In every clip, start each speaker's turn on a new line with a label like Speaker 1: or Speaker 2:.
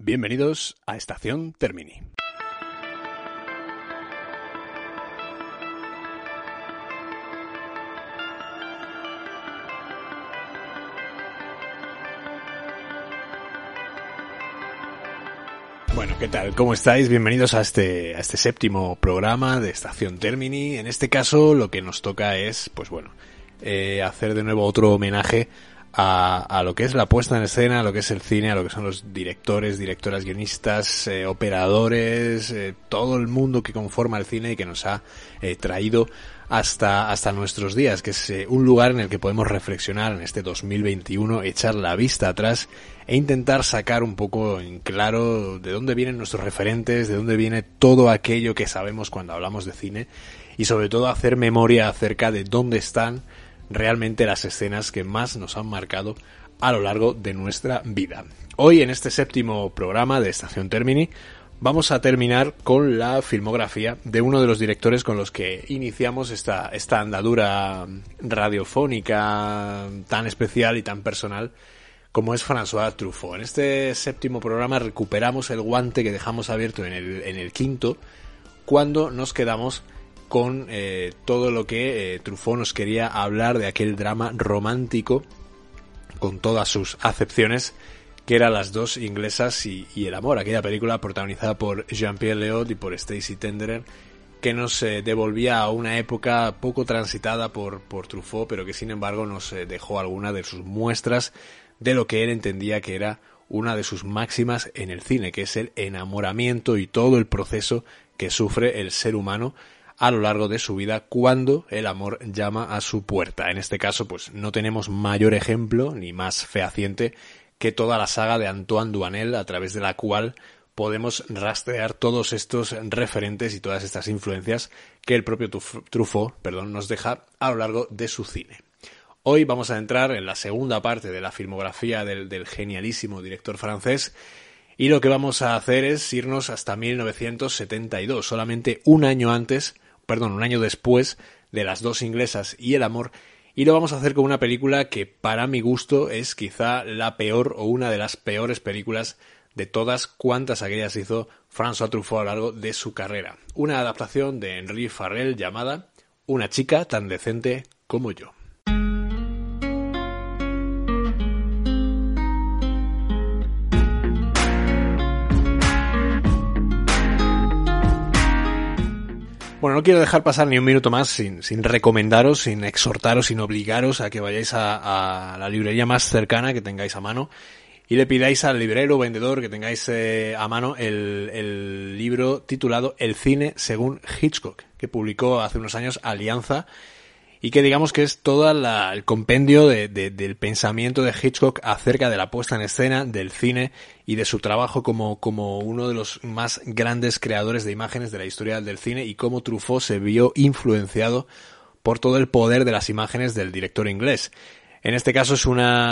Speaker 1: Bienvenidos a Estación Termini. Bueno, ¿qué tal? ¿Cómo estáis? Bienvenidos a este séptimo programa de Estación Termini. En este caso lo que nos toca es, hacer de nuevo otro homenaje a lo que es la puesta en escena, a lo que es el cine, a lo que son los directores, directoras, guionistas, operadores, todo el mundo que conforma el cine y que nos ha traído hasta nuestros días, que es un lugar en el que podemos reflexionar en este 2021, echar la vista atrás e intentar sacar un poco en claro de dónde vienen nuestros referentes, de dónde viene todo aquello que sabemos cuando hablamos de cine y sobre todo hacer memoria acerca de dónde están realmente las escenas que más nos han marcado a lo largo de nuestra vida. Hoy en este séptimo programa de Estación Termini vamos a terminar con la filmografía de uno de los directores con los que iniciamos esta andadura radiofónica tan especial y tan personal como es François Truffaut. En este séptimo programa recuperamos el guante que dejamos abierto en el quinto, cuando nos quedamos con todo lo que Truffaut nos quería hablar de aquel drama romántico con todas sus acepciones, que eran Las dos inglesas y El amor, aquella película protagonizada por Jean-Pierre Léaud y por Stacey Tenderer, que nos devolvía a una época poco transitada por Truffaut, pero que sin embargo nos dejó alguna de sus muestras de lo que él entendía que era una de sus máximas en el cine, que es el enamoramiento y todo el proceso que sufre el ser humano a lo largo de su vida cuando el amor llama a su puerta. En este caso, pues no tenemos mayor ejemplo ni más fehaciente que toda la saga de Antoine Duanel, a través de la cual podemos rastrear todos estos referentes y todas estas influencias que el propio Truffaut nos deja a lo largo de su cine. Hoy vamos a entrar en la segunda parte de la filmografía del genialísimo director francés, y lo que vamos a hacer es irnos hasta 1972, solamente un año después de Las dos inglesas y El amor, y lo vamos a hacer con una película que para mi gusto es quizá la peor o una de las peores películas de todas cuantas aquellas hizo François Truffaut a lo largo de su carrera. Una adaptación de Henri Farrell llamada Una chica tan decente como yo. Bueno, no quiero dejar pasar ni un minuto más sin recomendaros, sin exhortaros, sin obligaros a que vayáis a la librería más cercana que tengáis a mano y le pidáis al librero o vendedor que tengáis a mano el libro titulado El cine según Hitchcock, que publicó hace unos años Alianza, y que digamos que es todo el compendio del pensamiento de Hitchcock acerca de la puesta en escena, del cine y de su trabajo como uno de los más grandes creadores de imágenes de la historia del cine, y cómo Truffaut se vio influenciado por todo el poder de las imágenes del director inglés. En este caso es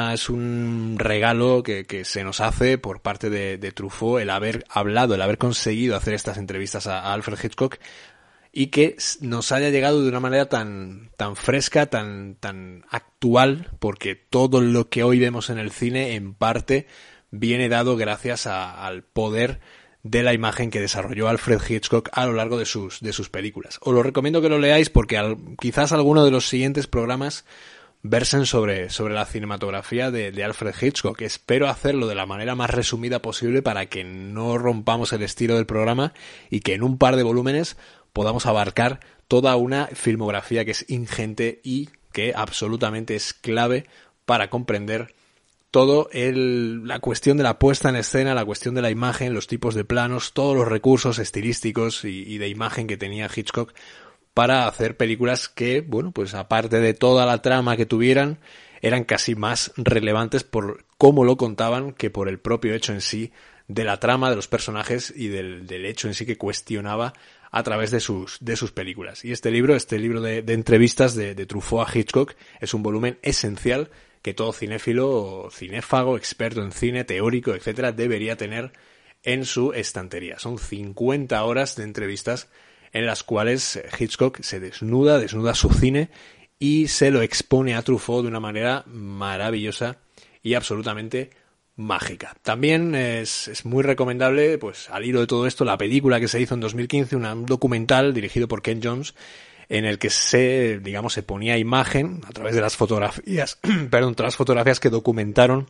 Speaker 1: un regalo que se nos hace por parte de Truffaut el haber conseguido hacer estas entrevistas a Alfred Hitchcock, y que nos haya llegado de una manera tan fresca, tan actual, porque todo lo que hoy vemos en el cine en parte viene dado gracias al poder de la imagen que desarrolló Alfred Hitchcock a lo largo de sus películas. Os lo recomiendo que lo leáis porque quizás alguno de los siguientes programas versen sobre la cinematografía de Alfred Hitchcock. Espero hacerlo de la manera más resumida posible para que no rompamos el estilo del programa y que en un par de volúmenes podamos abarcar toda una filmografía que es ingente y que absolutamente es clave para comprender todo la cuestión de la puesta en escena, la cuestión de la imagen, los tipos de planos, todos los recursos estilísticos y de imagen que tenía Hitchcock para hacer películas que, bueno, pues aparte de toda la trama que tuvieran, eran casi más relevantes por cómo lo contaban que por el propio hecho en sí de la trama, de los personajes y del hecho en sí que cuestionaba a través de sus películas. Y este libro de entrevistas de Truffaut a Hitchcock es un volumen esencial que todo cinéfilo, cinéfago, experto en cine, teórico, etcétera, debería tener en su estantería. Son 50 horas de entrevistas en las cuales Hitchcock se desnuda su cine y se lo expone a Truffaut de una manera maravillosa y absolutamente mágica. También es muy recomendable, pues al hilo de todo esto, la película que se hizo en 2015, un documental dirigido por Ken Jones, en el que se ponía imagen a través de las fotografías, perdón, todas las fotografías que documentaron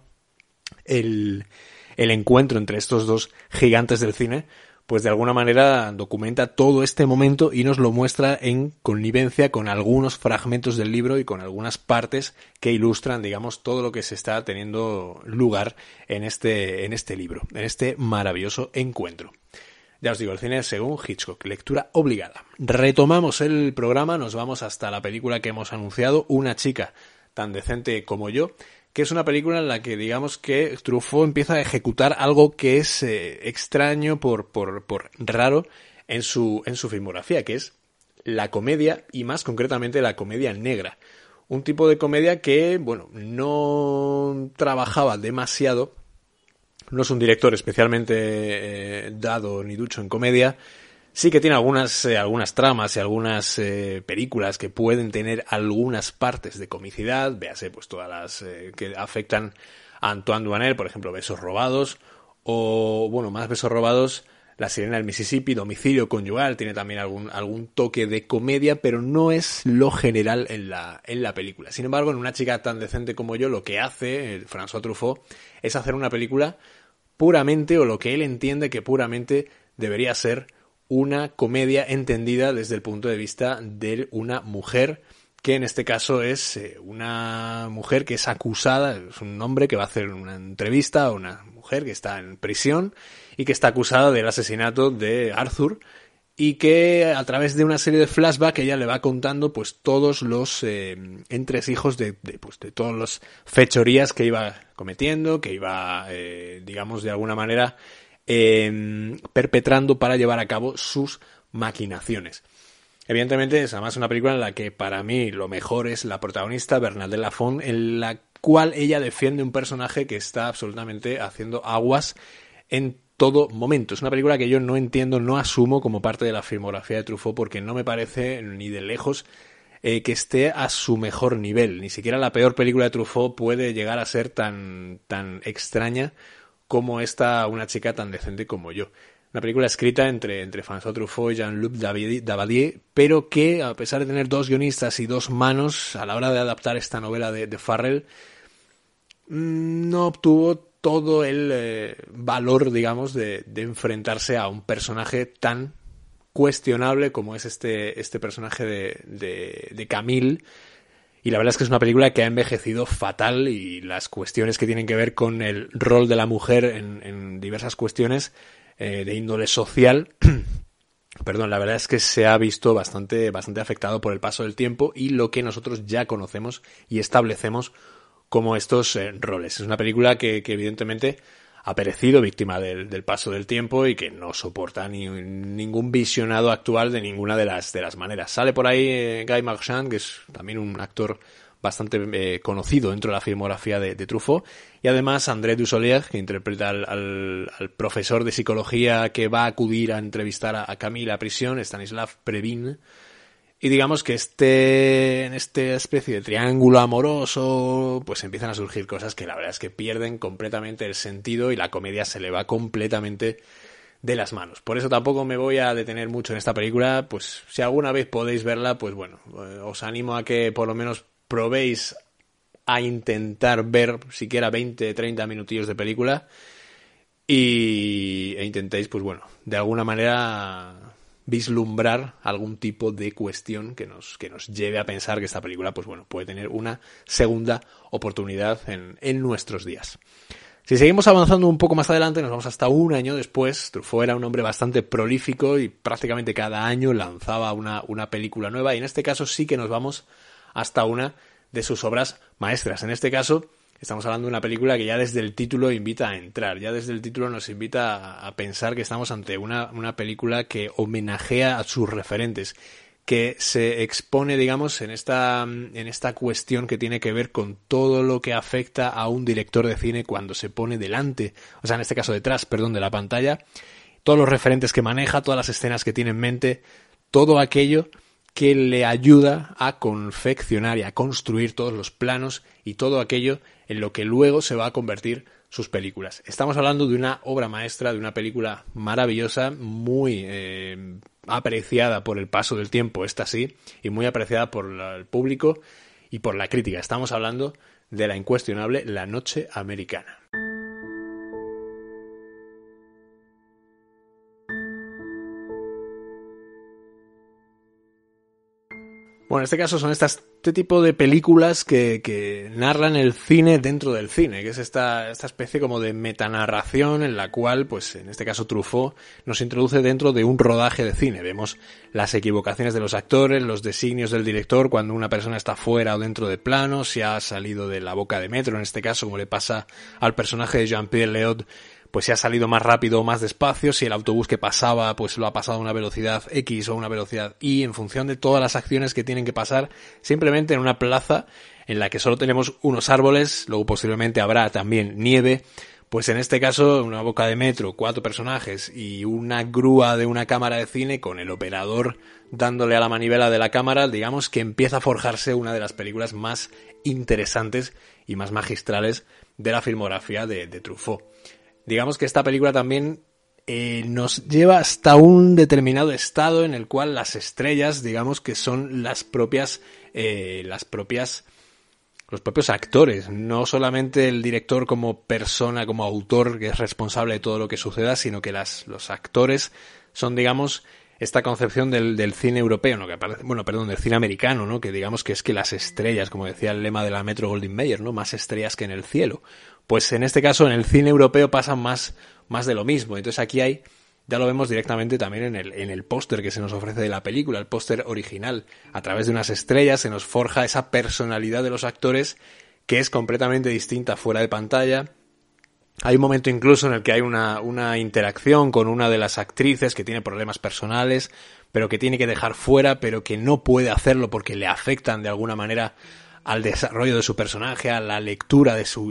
Speaker 1: el encuentro entre estos dos gigantes del cine, pues de alguna manera documenta todo este momento y nos lo muestra en connivencia con algunos fragmentos del libro y con algunas partes que ilustran, digamos, todo lo que se está teniendo lugar en este libro, en este maravilloso encuentro. Ya os digo, el cine según Hitchcock, lectura obligada. Retomamos el programa, nos vamos hasta la película que hemos anunciado, Una chica tan decente como yo, que es una película en la que digamos que Truffaut empieza a ejecutar algo que es extraño por raro en su filmografía, que es la comedia y más concretamente la comedia negra. Un tipo de comedia que, bueno, no trabajaba demasiado. No es un director especialmente dado ni ducho en comedia. Sí que tiene algunas tramas y algunas películas que pueden tener algunas partes de comicidad. Véase pues todas las que afectan a Antoine Duanel, por ejemplo, Besos robados. O, bueno, más Besos robados, La sirena del Mississippi, Domicilio conyugal. Tiene también algún toque de comedia, pero no es lo general en la película. Sin embargo, en Una chica tan decente como yo, lo que hace François Truffaut es hacer una película puramente, o lo que él entiende que puramente debería ser una comedia entendida desde el punto de vista de una mujer, que en este caso es una mujer que es acusada, es un hombre que va a hacer una entrevista a una mujer que está en prisión y que está acusada del asesinato de Arthur, y que a través de una serie de flashbacks ella le va contando pues todos los entresijos de todas las fechorías que iba cometiendo, que iba digamos de alguna manera perpetrando para llevar a cabo sus maquinaciones. Evidentemente es además una película en la que para mí lo mejor es la protagonista, Bernadette Lafont, en la cual ella defiende un personaje que está absolutamente haciendo aguas en todo momento. Es una película que yo no entiendo, no asumo como parte de la filmografía de Truffaut, porque no me parece ni de lejos que esté a su mejor nivel. Ni siquiera la peor película de Truffaut puede llegar a ser tan extraña como esta Una chica tan decente como yo. Una película escrita entre François Truffaut y Jean-Luc Dabadier, pero que, a pesar de tener dos guionistas y dos manos, a la hora de adaptar esta novela de Farrell, no obtuvo todo el valor, digamos, de enfrentarse a un personaje tan cuestionable como es este personaje de Camille. Y la verdad es que es una película que ha envejecido fatal, y las cuestiones que tienen que ver con el rol de la mujer en diversas cuestiones de índole social, perdón, la verdad es que se ha visto bastante afectado por el paso del tiempo y lo que nosotros ya conocemos y establecemos como estos roles. Es una película que evidentemente ha perecido víctima del paso del tiempo y que no soporta ningún visionado actual de ninguna de las maneras. Sale por ahí Guy Marchand, que es también un actor bastante conocido dentro de la filmografía de Truffaut, y además André Dussolier, que interpreta al profesor de psicología que va a acudir a entrevistar a Camille a prisión, Stanislav Previn. Y digamos que en esta especie de triángulo amoroso, pues empiezan a surgir cosas que la verdad es que pierden completamente el sentido y la comedia se le va completamente de las manos. Por eso tampoco me voy a detener mucho en esta película. Pues si alguna vez podéis verla, pues bueno, os animo a que por lo menos probéis a intentar ver siquiera 20-30 minutillos de película e intentéis, pues bueno, de alguna manera vislumbrar algún tipo de cuestión que nos lleve a pensar que esta película, pues bueno, puede tener una segunda oportunidad en nuestros días. Si seguimos avanzando un poco más adelante, nos vamos hasta un año después. Truffaut era un hombre bastante prolífico y prácticamente cada año lanzaba una película nueva, y en este caso sí que nos vamos hasta una de sus obras maestras. En este caso estamos hablando de una película que ya desde el título invita a entrar, ya desde el título nos invita a pensar que estamos ante una película que homenajea a sus referentes, que se expone, digamos, en esta cuestión que tiene que ver con todo lo que afecta a un director de cine cuando se pone delante, o sea, en este caso detrás, perdón, de la pantalla, todos los referentes que maneja, todas las escenas que tiene en mente, todo aquello que le ayuda a confeccionar y a construir todos los planos y todo aquello en lo que luego se va a convertir sus películas. Estamos hablando de una obra maestra, de una película maravillosa, muy apreciada por el paso del tiempo, esta sí, y muy apreciada por el público y por la crítica. Estamos hablando de la incuestionable La Noche Americana. Bueno, en este caso son este tipo de películas que narran el cine dentro del cine, que es esta especie como de metanarración en la cual, pues en este caso Truffaut, nos introduce dentro de un rodaje de cine. Vemos las equivocaciones de los actores, los designios del director cuando una persona está fuera o dentro de plano, si ha salido de la boca de metro, en este caso, como le pasa al personaje de Jean-Pierre Léaud, pues si ha salido más rápido o más despacio, si el autobús que pasaba pues lo ha pasado a una velocidad X o una velocidad Y, en función de todas las acciones que tienen que pasar simplemente en una plaza en la que solo tenemos unos árboles, luego posiblemente habrá también nieve, pues en este caso una boca de metro, 4 personajes y una grúa de una cámara de cine con el operador dándole a la manivela de la cámara, digamos que empieza a forjarse una de las películas más interesantes y más magistrales de la filmografía de Truffaut. Digamos que esta película también nos lleva hasta un determinado estado en el cual las estrellas, digamos que son los propios actores, no solamente el director como persona, como autor que es responsable de todo lo que suceda, sino que los actores son, digamos, esta concepción del cine europeo, ¿no? Del cine americano, ¿no? Que digamos que es que las estrellas, como decía el lema de la Metro-Goldwyn-Mayer, ¿no? Más estrellas que en el cielo. Pues en este caso, en el cine europeo pasa más de lo mismo. Entonces aquí ya lo vemos directamente también en el póster que se nos ofrece de la película, el póster original. A través de unas estrellas se nos forja esa personalidad de los actores que es completamente distinta fuera de pantalla. Hay un momento incluso en el que hay una interacción con una de las actrices que tiene problemas personales, pero que tiene que dejar fuera, pero que no puede hacerlo porque le afectan de alguna manera al desarrollo de su personaje, a la lectura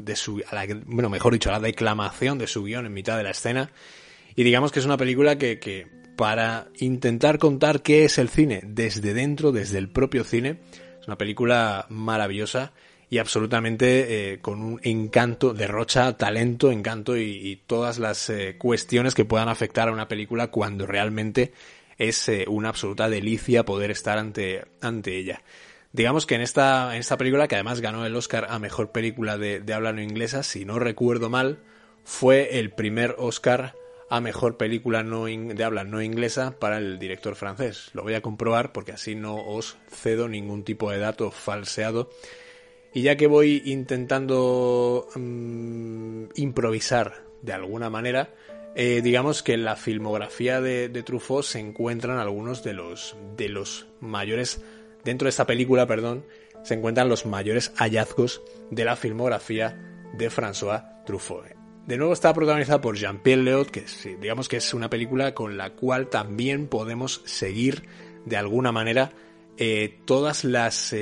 Speaker 1: a la declamación de su guión en mitad de la escena. Y digamos que es una película que para intentar contar qué es el cine desde dentro, desde el propio cine, es una película maravillosa y absolutamente con un encanto, derrocha talento, encanto y todas las cuestiones que puedan afectar a una película cuando realmente es una absoluta delicia poder estar ante ella. Digamos que en esta película, que además ganó el Oscar a Mejor Película de habla no inglesa, si no recuerdo mal, fue el primer Oscar a Mejor Película de habla no inglesa para el director francés. Lo voy a comprobar porque así no os cedo ningún tipo de dato falseado. Y ya que voy intentando improvisar de alguna manera, digamos que en la filmografía de Truffaut se encuentran algunos de los mayores, dentro de esta película, se encuentran los mayores hallazgos de la filmografía de François Truffaut. De nuevo está protagonizada por Jean-Pierre Léaud, que digamos que es una película con la cual también podemos seguir de alguna manera todas las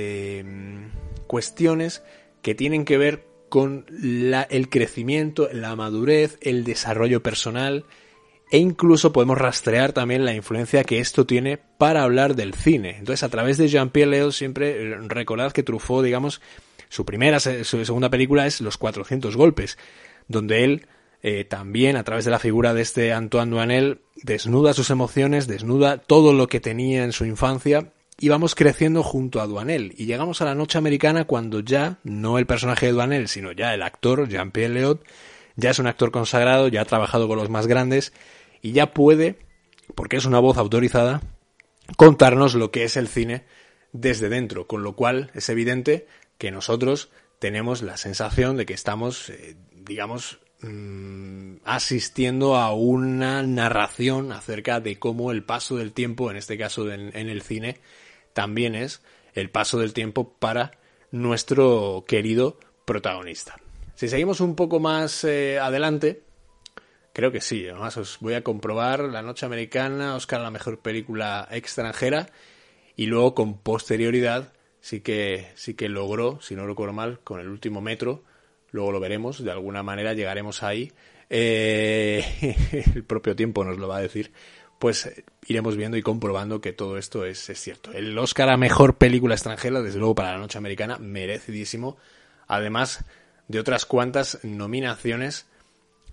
Speaker 1: cuestiones que tienen que ver con el crecimiento, la madurez, el desarrollo personal, e incluso podemos rastrear también la influencia que esto tiene para hablar del cine. Entonces, a través de Jean-Pierre Léaud, siempre recordad que Truffaut, digamos, su segunda película es Los 400 golpes, donde él también, a través de la figura de este Antoine Doinel, desnuda sus emociones, desnuda todo lo que tenía en su infancia, y vamos creciendo junto a Doinel. Y llegamos a La Noche Americana cuando ya, no el personaje de Doinel, sino ya el actor, Jean-Pierre Léaud, ya es un actor consagrado, ya ha trabajado con los más grandes, y ya puede, porque es una voz autorizada, contarnos lo que es el cine desde dentro, con lo cual es evidente que nosotros tenemos la sensación de que estamos, asistiendo a una narración acerca de cómo el paso del tiempo, en este caso en el cine, también es el paso del tiempo para nuestro querido protagonista. Si seguimos un poco más adelante, creo que sí, además os voy a comprobar La Noche Americana, Oscar a la Mejor Película Extranjera, y luego con posterioridad sí que logró, si no recuerdo mal, con El Último Metro, luego lo veremos, de alguna manera llegaremos ahí, el propio tiempo nos lo va a decir, pues iremos viendo y comprobando que todo esto es cierto. El Oscar a Mejor Película Extranjera, desde luego para La Noche Americana, merecidísimo, además de otras cuantas nominaciones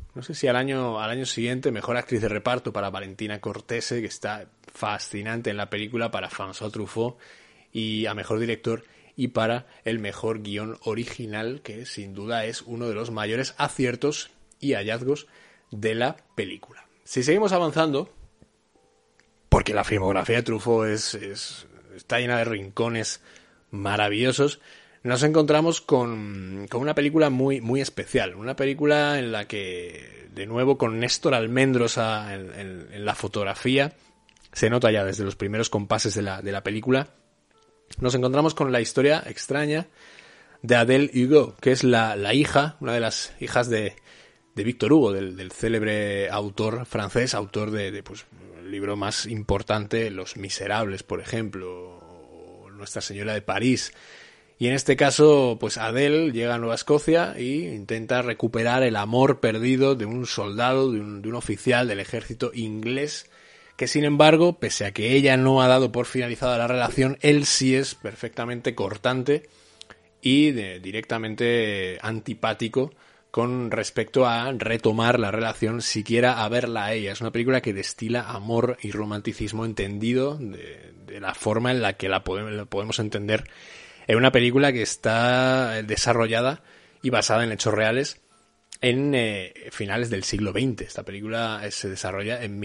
Speaker 1: no sé si al año siguiente, mejor actriz de reparto para Valentina Cortese, que está fascinante en la película, para François Truffaut, y a mejor director y para el mejor guión original, que sin duda es uno de los mayores aciertos y hallazgos de la película. Si seguimos avanzando, porque la filmografía de Truffaut está llena de rincones maravillosos, nos encontramos con una película muy, muy especial. Una película en la que, de nuevo, con Néstor Almendros en la fotografía, se nota ya desde los primeros compases de la película, nos encontramos con la historia extraña de Adèle Hugo, que es la hija, una de las hijas de Víctor Hugo, del célebre autor francés, autor de pues, el libro más importante, Los Miserables, por ejemplo, o Nuestra Señora de París. Y en este caso, pues Adèle llega a Nueva Escocia y intenta recuperar el amor perdido de un soldado, de un oficial del ejército inglés, que sin embargo, pese a que ella no ha dado por finalizada la relación, él sí es perfectamente cortante y directamente antipático con respecto a retomar la relación, siquiera a verla a ella. Es una película que destila amor y romanticismo entendido de la forma en la que la podemos entender en una película que está desarrollada y basada en hechos reales en finales del siglo XX. Esta película se desarrolla en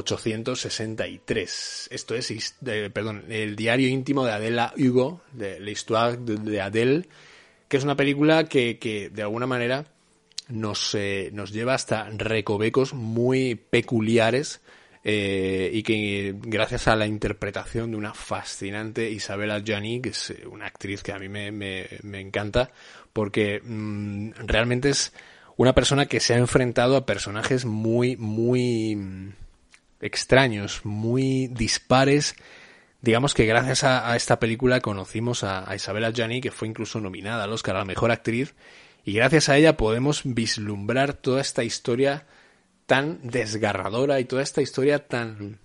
Speaker 1: 1863. Esto es, el diario íntimo de Adèle Hugo, de l'Histoire de Adèle, que es una película que de alguna manera nos lleva hasta recovecos muy peculiares, y que gracias a la interpretación de una fascinante Isabelle Adjani, que es una actriz que a mí me encanta, porque realmente es una persona que se ha enfrentado a personajes muy, muy extraños, muy dispares. Digamos que gracias a esta película conocimos a Isabelle Adjani, que fue incluso nominada al Oscar a la mejor actriz, y gracias a ella podemos vislumbrar toda esta historia tan desgarradora y toda esta historia tan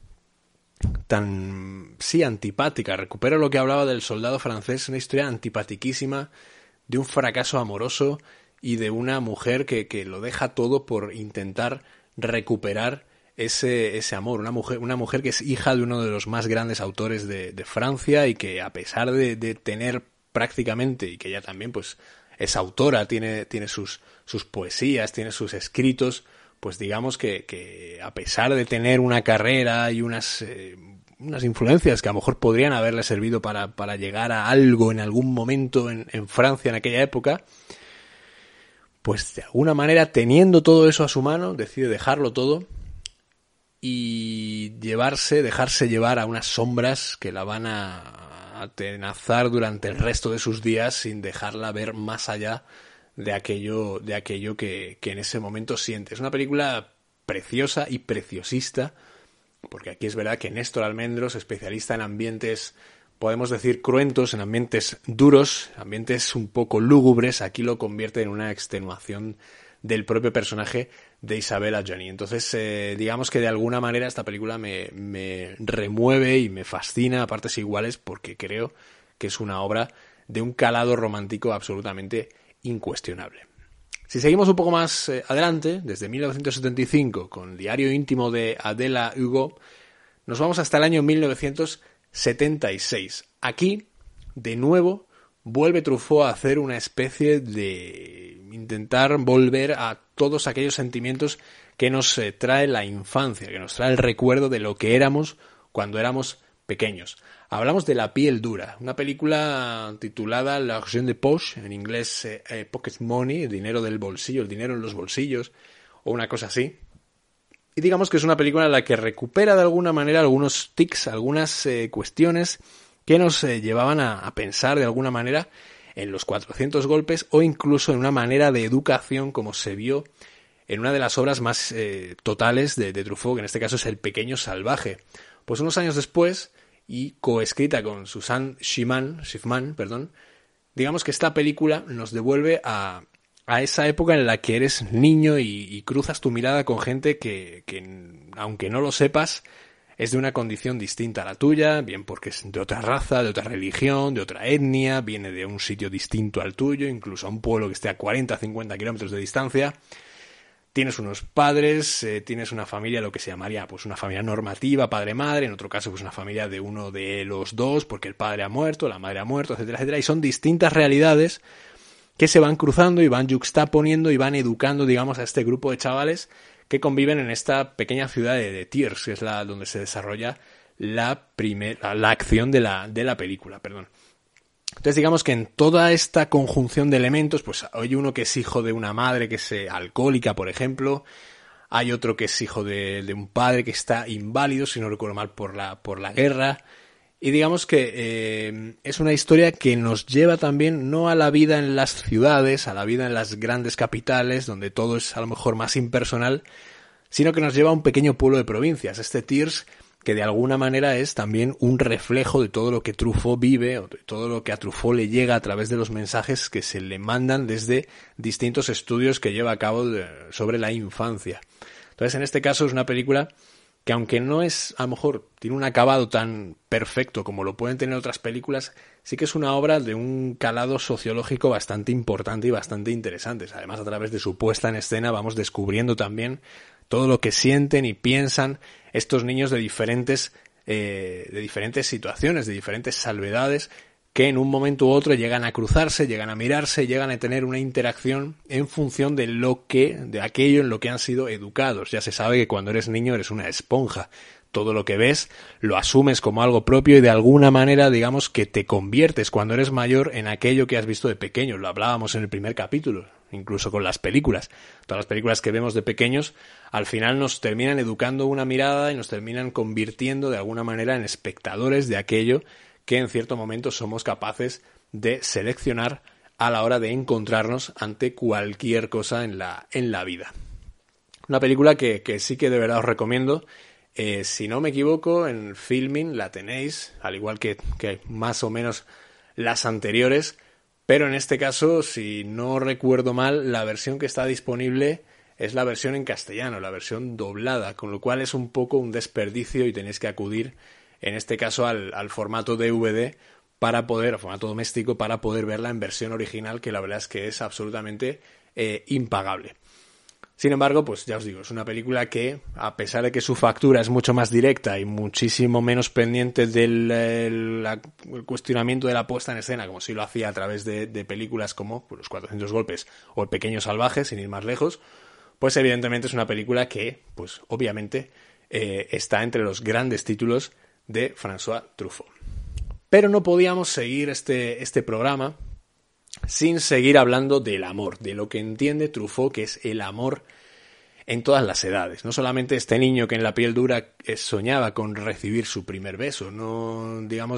Speaker 1: sí, antipática. Recupero lo que hablaba del soldado francés, una historia antipatiquísima de un fracaso amoroso y de una mujer que lo deja todo por intentar recuperar ese amor. Una mujer que es hija de uno de los más grandes autores de Francia, y que, a pesar de tener prácticamente, y que ella también pues es autora, tiene sus poesías, tiene sus escritos, pues digamos que a pesar de tener una carrera y unas influencias que a lo mejor podrían haberle servido para llegar a algo en algún momento en Francia en aquella época, pues de alguna manera, teniendo todo eso a su mano, decide dejarlo todo y dejarse llevar a unas sombras que la van a atenazar durante el resto de sus días, sin dejarla ver más allá de aquello que en ese momento siente. Es una película preciosa y preciosista, porque aquí es verdad que Néstor Almendros, especialista en ambientes, podemos decir, cruentos, en ambientes duros, ambientes un poco lúgubres, aquí lo convierte en una extenuación del propio personaje de Isabelle Adjani. Entonces, digamos que de alguna manera esta película me remueve y me fascina a partes iguales, porque creo que es una obra de un calado romántico absolutamente incuestionable. Si seguimos un poco más adelante, desde 1975, con el diario íntimo de Adèle Hugo, nos vamos hasta el año 1976. Aquí, de nuevo, vuelve Truffaut a hacer una especie de intentar volver a todos aquellos sentimientos que nos trae la infancia, que nos trae el recuerdo de lo que éramos cuando éramos pequeños. Hablamos de La piel dura, una película titulada L'argent de poche, en inglés Pocket Money, el dinero del bolsillo, el dinero en los bolsillos, o una cosa así. Y digamos que es una película en la que recupera de alguna manera algunos tics, algunas cuestiones que nos llevaban a pensar de alguna manera en los 400 golpes, o incluso en una manera de educación como se vio en una de las obras más totales de Truffaut, que en este caso es El pequeño salvaje. Pues unos años después, y coescrita con Suzanne Schiffman, digamos que esta película nos devuelve a esa época en la que eres niño y cruzas tu mirada con gente que, aunque no lo sepas, es de una condición distinta a la tuya, bien porque es de otra raza, de otra religión, de otra etnia, viene de un sitio distinto al tuyo, incluso a un pueblo que esté a 40, 50 kilómetros de distancia. tienes unos padres, tienes una familia, lo que se llamaría pues una familia normativa, padre-madre, en otro caso pues una familia de uno de los dos, porque el padre ha muerto, la madre ha muerto, etcétera, etcétera, y son distintas realidades que se van cruzando y van yuxtaponiendo y van educando, digamos, a este grupo de chavales que conviven en esta pequeña ciudad de Thiers, que es donde se desarrolla la acción de la película, perdón. Entonces digamos que en toda esta conjunción de elementos, pues hay uno que es hijo de una madre que es alcohólica, por ejemplo, hay otro que es hijo de un padre que está inválido, si no recuerdo mal, por la guerra, y digamos que es una historia que nos lleva también no a la vida en las ciudades, a la vida en las grandes capitales, donde todo es a lo mejor más impersonal, sino que nos lleva a un pequeño pueblo de provincias, este Thiers, que de alguna manera es también un reflejo de todo lo que Truffaut vive, o de todo lo que a Truffaut le llega a través de los mensajes que se le mandan desde distintos estudios que lleva a cabo sobre la infancia. Entonces, en este caso es una película que, aunque no es, a lo mejor, tiene un acabado tan perfecto como lo pueden tener otras películas, sí que es una obra de un calado sociológico bastante importante y bastante interesante. Además, a través de su puesta en escena vamos descubriendo también todo lo que sienten y piensan estos niños de diferentes situaciones, de diferentes salvedades, que en un momento u otro llegan a cruzarse, llegan a mirarse, llegan a tener una interacción en función de aquello en lo que han sido educados. Ya se sabe que cuando eres niño eres una esponja. Todo lo que ves lo asumes como algo propio y de alguna manera, digamos, que te conviertes cuando eres mayor en aquello que has visto de pequeño. Lo hablábamos en el primer capítulo, incluso con las películas. Todas las películas que vemos de pequeños, al final nos terminan educando una mirada y nos terminan convirtiendo de alguna manera en espectadores de aquello que en cierto momento somos capaces de seleccionar a la hora de encontrarnos ante cualquier cosa en la vida. Una película que sí que de verdad os recomiendo. Si no me equivoco, en Filmin la tenéis, al igual que más o menos las anteriores, pero en este caso, si no recuerdo mal, la versión que está disponible es la versión en castellano, la versión doblada, con lo cual es un poco un desperdicio y tenéis que acudir, en este caso, al formato DVD al formato doméstico, para poder verla en versión original, que la verdad es que es absolutamente impagable. Sin embargo, pues ya os digo, es una película que, a pesar de que su factura es mucho más directa y muchísimo menos pendiente del cuestionamiento de la puesta en escena, como si lo hacía a través de películas como Los 400 golpes o El pequeño salvaje, sin ir más lejos, pues evidentemente es una película que, pues obviamente, está entre los grandes títulos de François Truffaut. Pero no podíamos seguir este programa sin seguir hablando del amor, de lo que entiende Truffaut que es el amor en todas las edades. No solamente este niño que en La piel dura soñaba con recibir su primer beso, no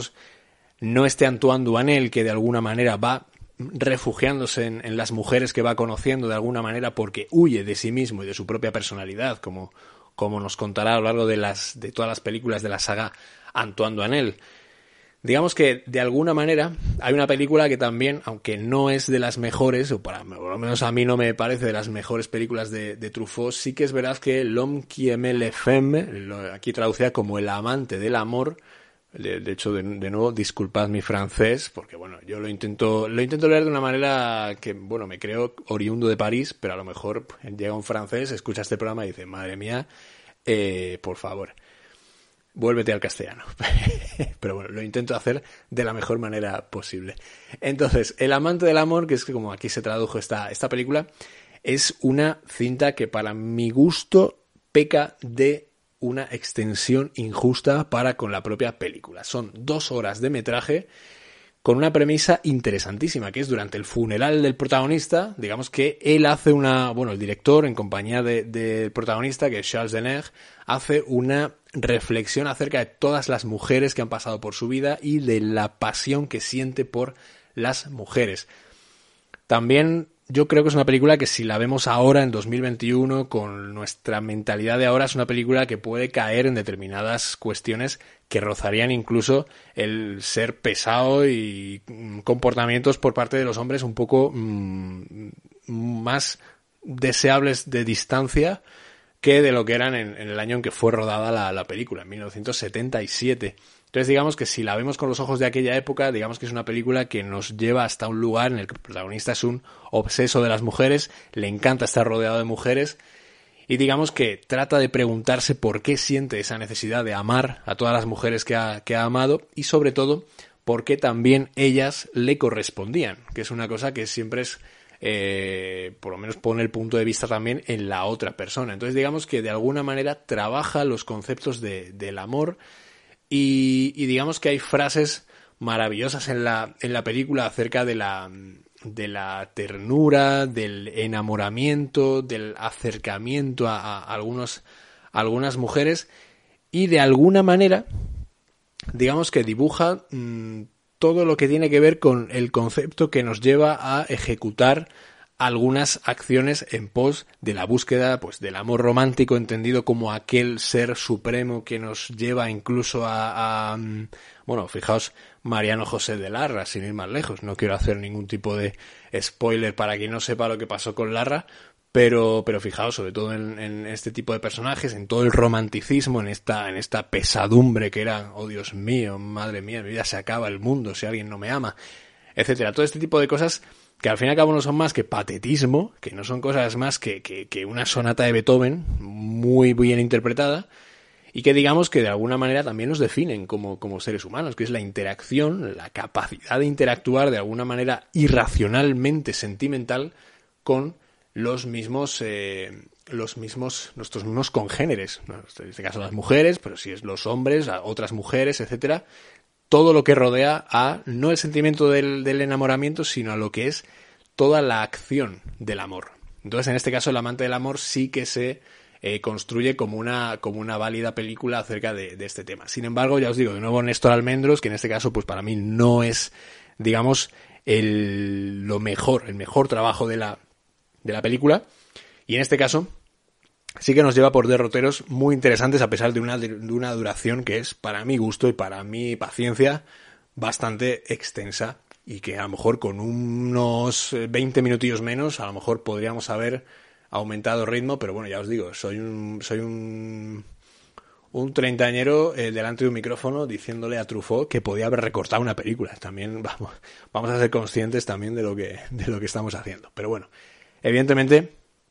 Speaker 1: este Antoine Duanel que de alguna manera va refugiándose en las mujeres que va conociendo de alguna manera porque huye de sí mismo y de su propia personalidad, como nos contará a lo largo de todas las películas de la saga Antoine Duanel. Digamos que, de alguna manera, hay una película que también, aunque no es de las mejores, o por lo menos a mí no me parece de las mejores películas de Truffaut, sí que es verdad que L'homme qui aimait les femmes, aquí traducida como El amante del amor, de hecho, de nuevo, disculpad mi francés, porque bueno, yo lo intento leer de una manera que, bueno, me creo oriundo de París, pero a lo mejor llega un francés, escucha este programa y dice, madre mía, por favor, vuélvete al castellano. Pero bueno, lo intento hacer de la mejor manera posible. Entonces, El amante del amor, que es como aquí se tradujo esta película, es una cinta que para mi gusto peca de una extensión injusta para con la propia película. Son 2 horas de metraje con una premisa interesantísima, que es durante el funeral del protagonista, digamos que él hace el director, en compañía del protagonista, que es Charles Denner, hace una reflexión acerca de todas las mujeres que han pasado por su vida y de la pasión que siente por las mujeres. También yo creo que es una película que, si la vemos ahora, en 2021, con nuestra mentalidad de ahora, es una película que puede caer en determinadas cuestiones que rozarían incluso el ser pesado y comportamientos por parte de los hombres un poco más deseables de distancia que de lo que eran en el año en que fue rodada la película, en 1977. Entonces digamos que si la vemos con los ojos de aquella época, digamos que es una película que nos lleva hasta un lugar en el que el protagonista es un obseso de las mujeres, le encanta estar rodeado de mujeres y digamos que trata de preguntarse por qué siente esa necesidad de amar a todas las mujeres que ha amado y sobre todo por qué también ellas le correspondían, que es una cosa que siempre es, por lo menos pone el punto de vista también en la otra persona. Entonces digamos que de alguna manera trabaja los conceptos del amor y digamos que hay frases maravillosas en la película acerca de la ternura, del enamoramiento, del acercamiento a algunas mujeres y de alguna manera digamos que dibuja todo lo que tiene que ver con el concepto que nos lleva a ejecutar algunas acciones en pos de la búsqueda pues del amor romántico, entendido como aquel ser supremo que nos lleva incluso bueno, fijaos, Mariano José de Larra, sin ir más lejos. No quiero hacer ningún tipo de spoiler para quien no sepa lo que pasó con Larra, pero fijaos, sobre todo en este tipo de personajes, en todo el romanticismo, en esta pesadumbre que era, oh Dios mío, madre mía, mi vida se acaba, el mundo, si alguien no me ama, etcétera. Todo este tipo de cosas que al fin y al cabo no son más que patetismo, que no son cosas más que una sonata de Beethoven muy bien interpretada, y que digamos que de alguna manera también nos definen como seres humanos, que es la interacción, la capacidad de interactuar de alguna manera irracionalmente sentimental con nuestros mismos congéneres, en este caso las mujeres, pero si es los hombres, a otras mujeres, etcétera, todo lo que rodea a no el sentimiento del enamoramiento, sino a lo que es toda la acción del amor. Entonces, en este caso, El amante del amor sí que se construye como una válida película acerca de este tema. Sin embargo, ya os digo, de nuevo Néstor Almendros, que en este caso, pues para mí no es, digamos, el mejor trabajo de la película, y en este caso sí que nos lleva por derroteros muy interesantes a pesar de una duración que es, para mi gusto y para mi paciencia, bastante extensa y que a lo mejor con unos 20 minutillos menos a lo mejor podríamos haber aumentado el ritmo, pero bueno, ya os digo, soy un treintañero delante de un micrófono diciéndole a Truffaut que podía haber recortado una película. También vamos a ser conscientes también de lo que estamos haciendo. Pero bueno, evidentemente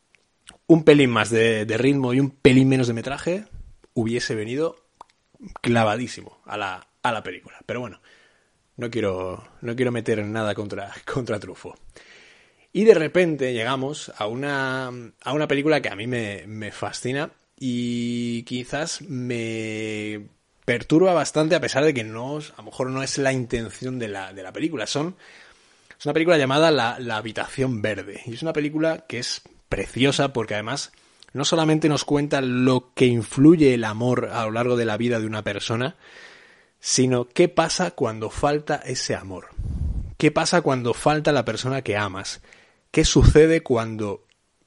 Speaker 1: un pelín más de ritmo y un pelín menos de metraje hubiese venido clavadísimo a la película. Pero bueno, no quiero meter nada contra Truffaut. Y de repente llegamos a una película que a mí me fascina y quizás me perturba bastante a pesar de que a lo mejor no es la intención de la película. Es una película llamada La habitación verde. Y es una película que es preciosa porque además no solamente nos cuenta lo que influye el amor a lo largo de la vida de una persona, sino qué pasa cuando falta ese amor. ¿Qué pasa cuando falta la persona que amas? ¿Qué sucede cuando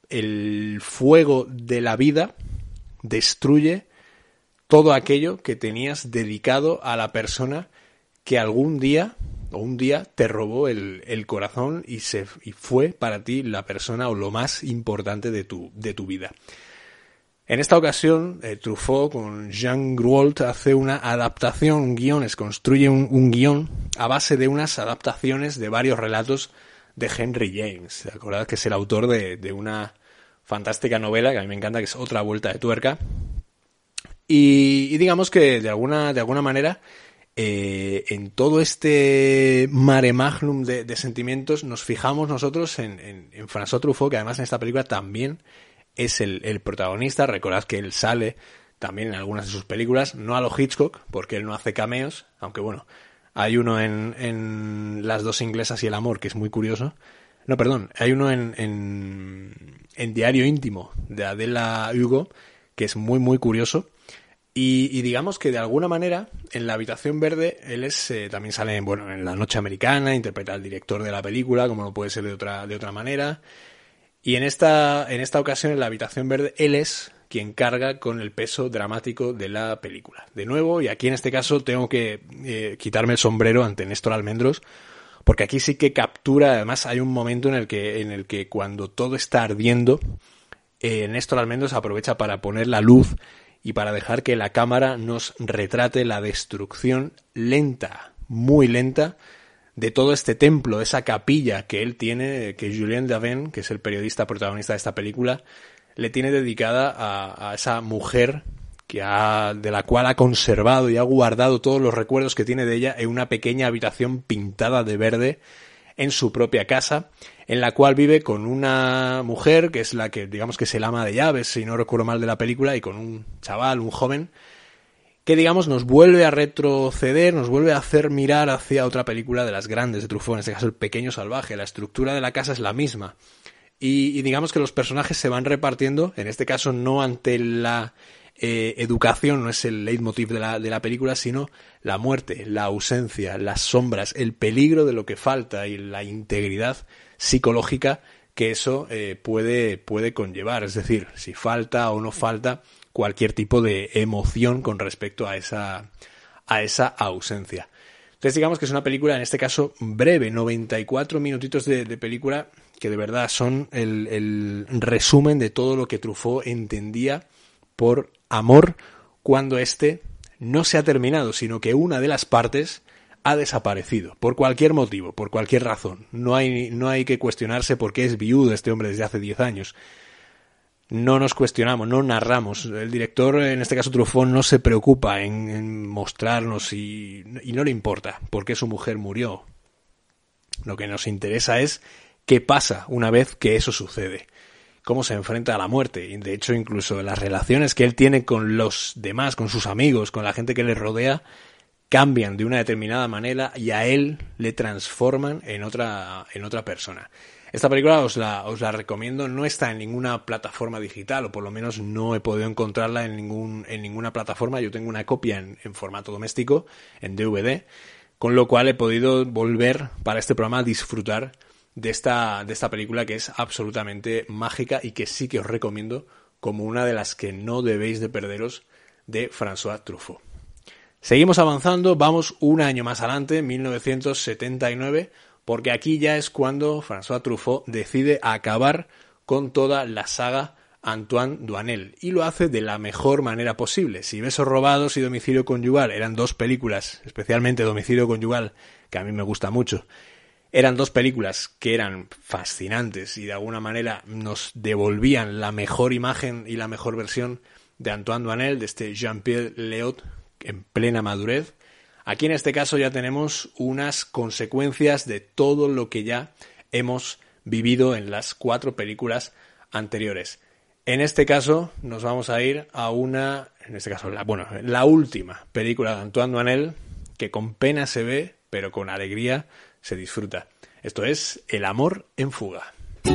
Speaker 1: el fuego de la vida destruye todo aquello que tenías dedicado a la persona que algún día o un día te robó el corazón y fue para ti la persona o lo más importante de tu vida? En esta ocasión, Truffaut con Jean Girault hace una adaptación, un guión, construye un guión a base de unas adaptaciones de varios relatos de Henry James. Acordad que es el autor de una fantástica novela que a mí me encanta, que es Otra vuelta de tuerca. Y digamos que de alguna manera en todo este mare magnum de sentimientos nos fijamos nosotros en François Truffaut, que además en esta película también es el protagonista. Recordad que él sale también en algunas de sus películas, no a lo Hitchcock, porque él no hace cameos, aunque bueno, hay uno en Las dos inglesas y el amor, que es muy curioso. No, perdón, hay uno en Diario íntimo de Adela Hugo, que es muy muy curioso. Y digamos que de alguna manera en La habitación verde él también sale en La noche americana, interpreta al director de la película, como no puede ser de otra manera. Y en esta ocasión en La habitación verde él es quien carga con el peso dramático de la película. De nuevo, y aquí en este caso tengo que quitarme el sombrero ante Néstor Almendros, porque aquí sí que captura, además hay un momento en el que cuando todo está ardiendo, Néstor Almendros aprovecha para poner la luz y para dejar que la cámara nos retrate la destrucción lenta, muy lenta, de todo este templo, esa capilla que él tiene, que Julien Davin, que es el periodista protagonista de esta película, le tiene dedicada a esa mujer de la cual ha conservado y ha guardado todos los recuerdos que tiene de ella en una pequeña habitación pintada de verde en su propia casa, en la cual vive con una mujer que es la que, digamos que es el ama de llaves, si no recuerdo mal de la película, y con un chaval, un joven, que digamos nos vuelve a retroceder, nos vuelve a hacer mirar hacia otra película de las grandes de Truffaut, en este caso El pequeño salvaje. La estructura de la casa es la misma. Y digamos que los personajes se van repartiendo, en este caso no ante la educación, no es el leitmotiv de la película, sino la muerte, la ausencia, las sombras, el peligro de lo que falta y la integridad psicológica que eso puede conllevar. Es decir, si falta o no falta cualquier tipo de emoción con respecto a esa ausencia. Entonces digamos que es una película, en este caso, breve, 94 minutitos de película, que de verdad son el resumen de todo lo que Truffaut entendía por amor cuando éste no se ha terminado, sino que una de las partes ha desaparecido, por cualquier motivo, por cualquier razón. No hay que cuestionarse por qué es viudo este hombre desde hace 10 años. No nos cuestionamos, no narramos. El director, en este caso Truffaut, no se preocupa en mostrarnos y no le importa por qué su mujer murió. Lo que nos interesa es qué pasa una vez que eso sucede. Cómo se enfrenta a la muerte. Y de hecho, incluso las relaciones que él tiene con los demás, con sus amigos, con la gente que le rodea, cambian de una determinada manera y a él le transforman en otra persona. Esta película os la recomiendo, no está en ninguna plataforma digital, o por lo menos no he podido encontrarla en ninguna plataforma. Yo tengo una copia en formato doméstico, en DVD, con lo cual he podido volver para este programa a disfrutar de esta película, que es absolutamente mágica y que sí que os recomiendo como una de las que no debéis de perderos de François Truffaut. Seguimos avanzando, vamos un año más adelante, 1979, porque aquí ya es cuando François Truffaut decide acabar con toda la saga Antoine Doinel, y lo hace de la mejor manera posible. Si Besos robados y Domicilio conyugal eran dos películas, especialmente Domicilio conyugal, que a mí me gusta mucho, eran dos películas que eran fascinantes y de alguna manera nos devolvían la mejor imagen y la mejor versión de Antoine Doinel, de este Jean-Pierre Léaud en plena madurez. Aquí en este caso ya tenemos unas consecuencias de todo lo que ya hemos vivido en las 4 películas anteriores. En este caso nos vamos a ir a la última película de Antoine Doinel, que con pena se ve, pero con alegría se disfruta. Esto es El amor en fuga.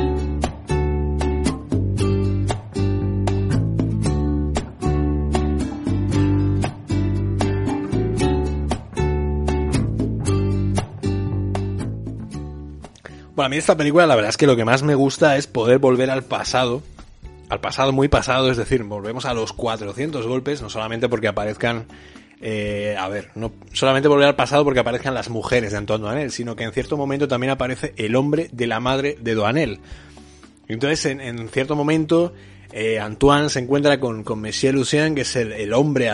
Speaker 1: Bueno, a mí esta película la verdad es que lo que más me gusta es poder volver al pasado muy pasado, es decir, volvemos a los 400 golpes, no solamente porque aparezcan no solamente volver al pasado porque aparezcan las mujeres de Antoine Doinel, sino que en cierto momento también aparece el hombre de la madre de Doinel. Entonces, en cierto momento, Antoine se encuentra con Monsieur Lucien, que es el hombre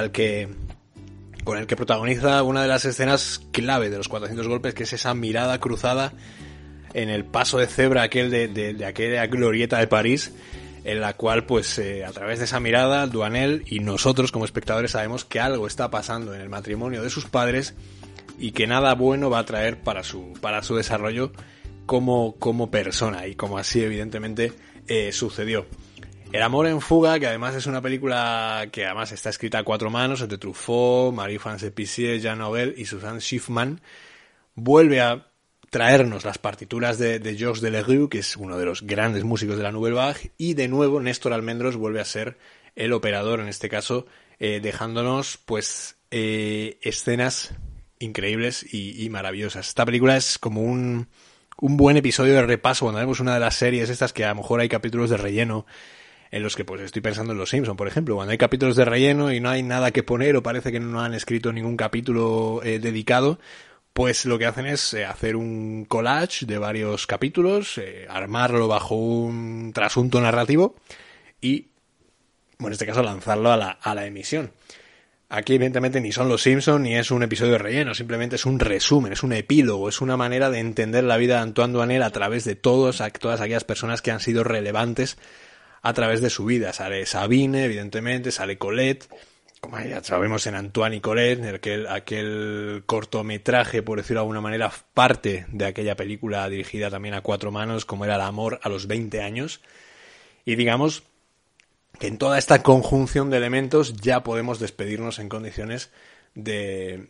Speaker 1: con el que protagoniza una de las escenas clave de los 400 golpes, que es esa mirada cruzada en el paso de cebra aquel de aquella glorieta de París, en la cual pues a través de esa mirada Doinel y nosotros como espectadores sabemos que algo está pasando en el matrimonio de sus padres y que nada bueno va a traer para su desarrollo como persona, y como así evidentemente sucedió. El amor en fuga, que además es una película que además está escrita a 4 manos, entre Truffaut, Marie-France Pissier, Jean Nouvel y Suzanne Schiffman, vuelve a traernos las partituras de Georges Delerue, que es uno de los grandes músicos de la Nouvelle Vague, y de nuevo Néstor Almendros vuelve a ser el operador, en este caso, dejándonos pues escenas increíbles y maravillosas. Esta película es como un buen episodio de repaso cuando vemos una de las series estas que a lo mejor hay capítulos de relleno, en los que pues estoy pensando en Los Simpson, por ejemplo, cuando hay capítulos de relleno y no hay nada que poner o parece que no han escrito ningún capítulo dedicado, pues lo que hacen es hacer un collage de varios capítulos, armarlo bajo un trasunto narrativo y, bueno, en este caso lanzarlo a la emisión. Aquí evidentemente ni son Los Simpson ni es un episodio de relleno, simplemente es un resumen, es un epílogo, es una manera de entender la vida de Antoine Doinel a través de todas aquellas personas que han sido relevantes a través de su vida. Sale Sabine, evidentemente, sale Colette, como ya sabemos en Antoine y Colette, aquel cortometraje, por decirlo de alguna manera, parte de aquella película dirigida también a cuatro manos, como era El amor a los 20 años. Y digamos que en toda esta conjunción de elementos ya podemos despedirnos en condiciones de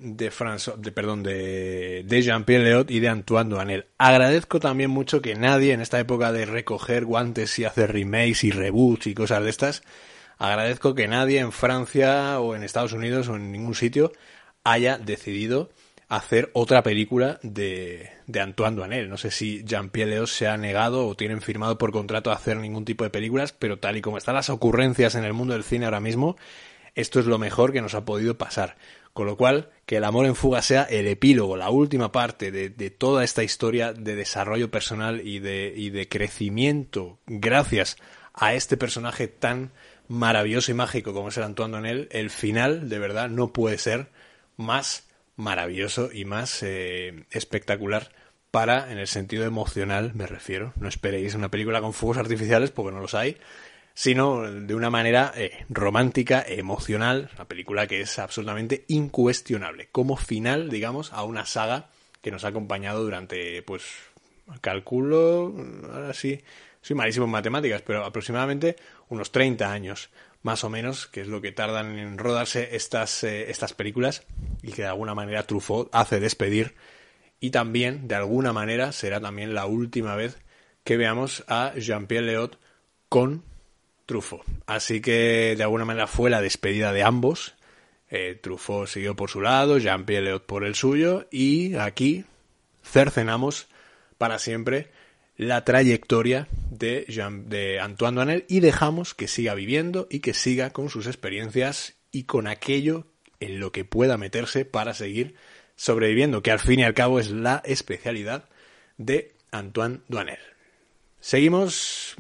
Speaker 1: Jean-Pierre Léaud y de Antoine Doinel. Agradezco también mucho que nadie en esta época de recoger guantes y hacer remakes y reboots y cosas de estas, agradezco que nadie en Francia o en Estados Unidos o en ningún sitio haya decidido hacer otra película de Antoine Doinel. No sé si Jean-Pierre Léaud se ha negado o tienen firmado por contrato a hacer ningún tipo de películas, pero tal y como están las ocurrencias en el mundo del cine ahora mismo, esto es lo mejor que nos ha podido pasar. Con lo cual, que El amor en fuga sea el epílogo, la última parte de toda esta historia de desarrollo personal y de crecimiento gracias a este personaje tan maravilloso y mágico como es el Antoine Doinel, el final, de verdad, no puede ser más maravilloso y más espectacular en el sentido emocional, me refiero. No esperéis una película con fuegos artificiales porque no los hay, sino de una manera romántica, emocional, una película que es absolutamente incuestionable, como final, digamos, a una saga que nos ha acompañado durante, pues, calculo, ahora sí, soy malísimo en matemáticas, pero aproximadamente unos 30 años, más o menos, que es lo que tardan en rodarse estas películas, y que de alguna manera Truffaut hace despedir, y también, de alguna manera, será también la última vez que veamos a Jean-Pierre Léaud con Truffaut. Así que de alguna manera fue la despedida de ambos. Truffaut siguió por su lado, Jean-Pierre Léaud por el suyo, y aquí cercenamos para siempre la trayectoria de Antoine Doinel y dejamos que siga viviendo y que siga con sus experiencias y con aquello en lo que pueda meterse para seguir sobreviviendo, que al fin y al cabo es la especialidad de Antoine Doinel. Seguimos,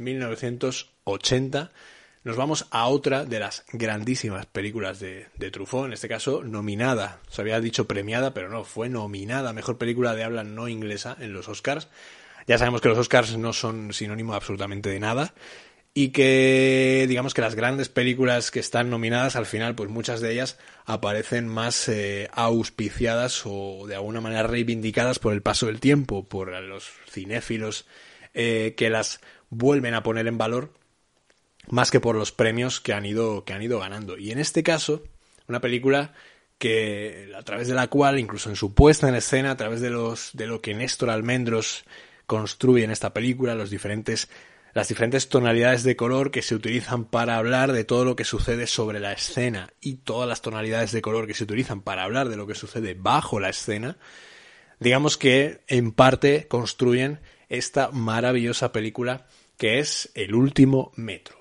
Speaker 1: 1980, nos vamos a otra de las grandísimas películas de Truffaut, en este caso nominada, se había dicho premiada, pero no, fue nominada a Mejor Película de Habla No Inglesa en los Oscars. Ya sabemos que los Oscars no son sinónimo absolutamente de nada y que, digamos que las grandes películas que están nominadas, al final, pues muchas de ellas aparecen más auspiciadas o de alguna manera reivindicadas por el paso del tiempo, por los cinéfilos que las vuelven a poner en valor, más que por los premios que han ido ganando. Y en este caso, una película que a través de la cual, incluso en su puesta en escena, a través de lo que Néstor Almendros construye en esta película, las diferentes tonalidades de color que se utilizan para hablar de todo lo que sucede sobre la escena y todas las tonalidades de color que se utilizan para hablar de lo que sucede bajo la escena, digamos que en parte construyen esta maravillosa película que es El último metro.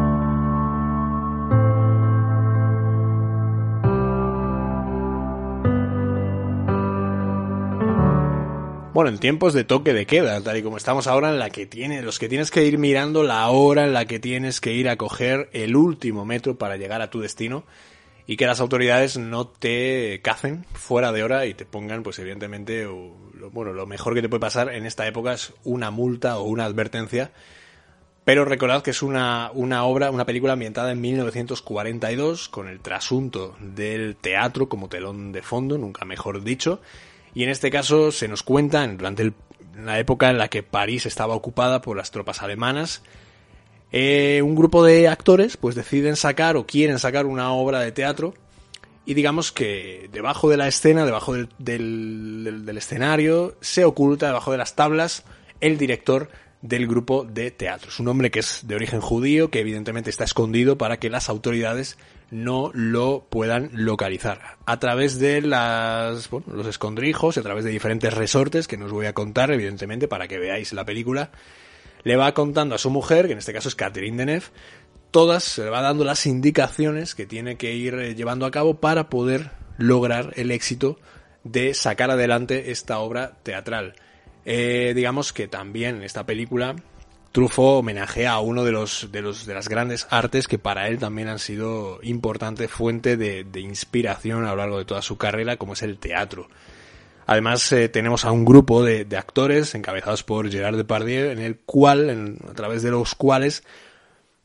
Speaker 1: Bueno, en tiempos de toque de queda, tal y como estamos ahora, en la que los que tienes que ir mirando la hora en la que tienes que ir a coger el último metro para llegar a tu destino y que las autoridades no te cacen fuera de hora y te pongan, pues evidentemente, lo mejor que te puede pasar en esta época es una multa o una advertencia. Pero recordad que es una película ambientada en 1942 con el trasunto del teatro como telón de fondo, nunca mejor dicho. Y en este caso se nos cuenta durante la época en la que París estaba ocupada por las tropas alemanas. Un grupo de actores pues deciden sacar o quieren sacar una obra de teatro y digamos que debajo de la escena, debajo del escenario, se oculta debajo de las tablas el director del grupo de teatro. Es un hombre que es de origen judío, que evidentemente está escondido para que las autoridades no lo puedan localizar. A través de los escondrijos y a través de diferentes resortes que no os voy a contar, evidentemente, para que veáis la película, le va contando a su mujer, que en este caso es Catherine Deneuve, se le va dando las indicaciones que tiene que ir llevando a cabo para poder lograr el éxito de sacar adelante esta obra teatral. Digamos que también en esta película Truffaut homenajea a uno de las grandes artes que para él también han sido importante fuente de inspiración a lo largo de toda su carrera, como es el teatro. Además tenemos a un grupo de actores encabezados por Gerard Depardieu, a través de los cuales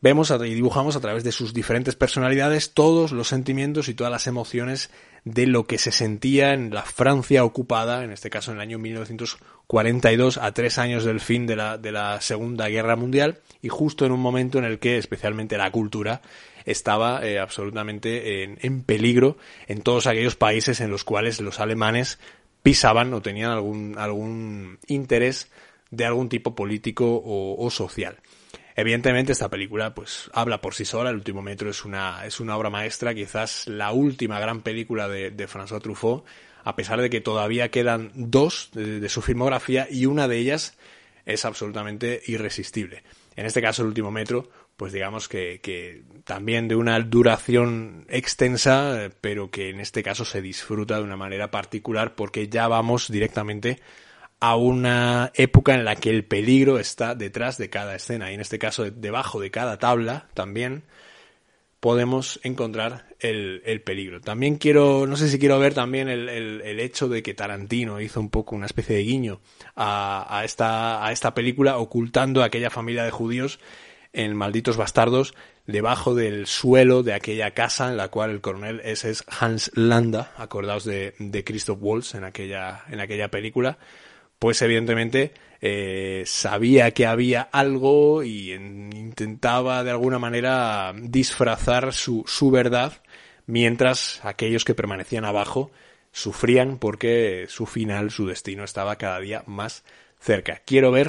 Speaker 1: vemos y dibujamos a través de sus diferentes personalidades todos los sentimientos y todas las emociones de lo que se sentía en la Francia ocupada, en este caso en el año 1942, a 3 años del fin de la Segunda Guerra Mundial, y justo en un momento en el que especialmente la cultura estaba absolutamente en peligro en todos aquellos países en los cuales los alemanes pisaban o tenían algún interés de algún tipo político o social. Evidentemente esta película pues habla por sí sola. El último metro es una obra maestra, quizás la última gran película de François Truffaut, a pesar de que todavía quedan 2 de su filmografía y una de ellas es absolutamente irresistible. En este caso el último metro, pues digamos que también de una duración extensa, pero que en este caso se disfruta de una manera particular porque ya vamos directamente a una época en la que el peligro está detrás de cada escena, y en este caso debajo de cada tabla también podemos encontrar el peligro. También no sé si quiero ver también el hecho de que Tarantino hizo un poco una especie de guiño a esta película, ocultando a aquella familia de judíos en Malditos Bastardos, debajo del suelo de aquella casa en la cual el coronel es Hans Landa, acordaos de Christoph Waltz en aquella película. Pues evidentemente sabía que había algo y intentaba de alguna manera disfrazar su verdad, mientras aquellos que permanecían abajo sufrían porque su final, su destino estaba cada día más cerca. Quiero ver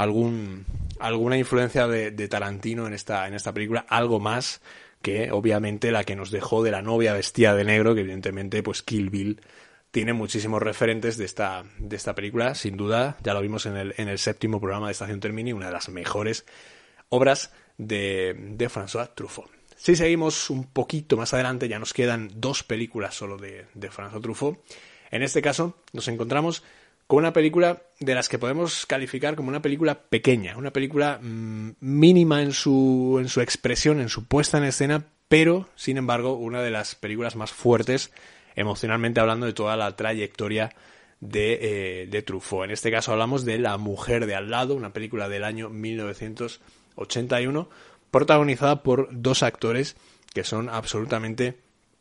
Speaker 1: alguna influencia de Tarantino en esta película, algo más que obviamente la que nos dejó de La novia vestida de negro, que evidentemente pues Kill Bill tiene muchísimos referentes de esta película, sin duda. Ya lo vimos en el séptimo programa de Estación Termini, una de las mejores obras de François Truffaut. Si seguimos un poquito más adelante, ya nos quedan 2 películas solo de François Truffaut. En este caso nos encontramos con una película de las que podemos calificar como una película pequeña, una película mínima en su expresión, en su puesta en escena, pero sin embargo una de las películas más fuertes emocionalmente hablando de toda la trayectoria de Truffaut. En este caso hablamos de La mujer de al lado, una película del año 1981, protagonizada por 2 actores que son absolutamente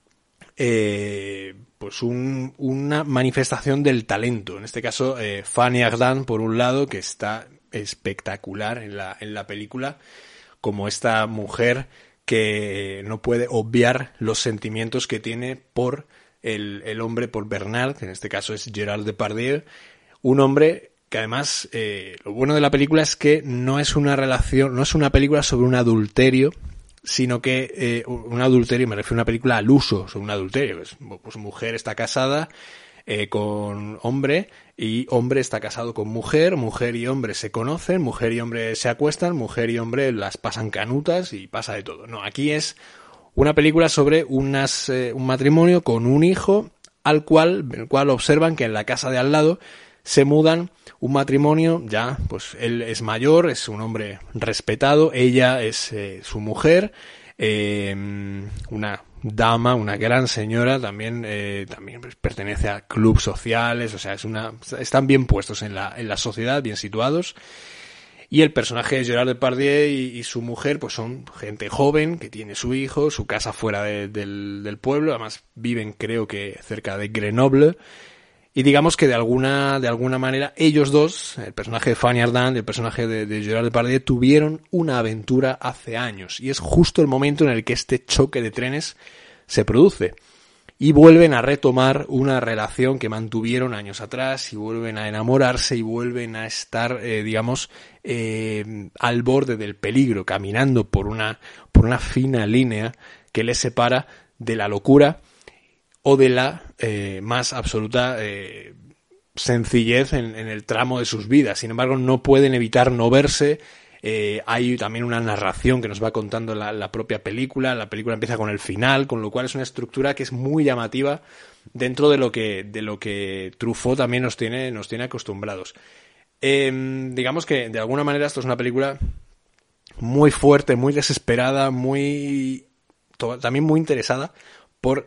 Speaker 1: pues una manifestación del talento. En este caso Fanny Ardant, por un lado, que está espectacular en la película, como esta mujer que no puede obviar los sentimientos que tiene por el hombre, por Bernard, que en este caso es Gerard Depardieu, un hombre que además lo bueno de la película es que no es una película sobre un adulterio, sino que un adulterio, me refiero a una película al uso sobre un adulterio. Pues mujer está casada con hombre y hombre está casado con mujer y hombre se conocen, mujer y hombre se acuestan, mujer y hombre las pasan canutas y pasa de todo. No, aquí es una película sobre un matrimonio con un hijo el cual observan que en la casa de al lado se mudan un matrimonio, ya, pues él es mayor, es un hombre respetado, ella es su mujer, una dama, una gran señora, también pues, pertenece a clubes sociales, o sea, están bien puestos en la sociedad, bien situados. Y el personaje de Gerard Depardieu y su mujer pues son gente joven que tiene su hijo, su casa fuera del pueblo, además viven creo que cerca de Grenoble, y digamos que de alguna manera ellos dos, el personaje de Fanny Ardant y el personaje de Gerard Depardieu, tuvieron una aventura hace años, y es justo el momento en el que este choque de trenes se produce. Y vuelven a retomar una relación que mantuvieron años atrás, y vuelven a enamorarse, y vuelven a estar, al borde del peligro, caminando por una fina línea que les separa de la locura o de la más absoluta sencillez en el tramo de sus vidas. Sin embargo, no pueden evitar no verse. Hay también una narración que nos va contando la propia película. La película empieza con el final, con lo cual es una estructura que es muy llamativa dentro de lo que Truffaut también nos tiene acostumbrados. Digamos que de alguna manera esto es una película muy fuerte, muy desesperada, también muy interesada por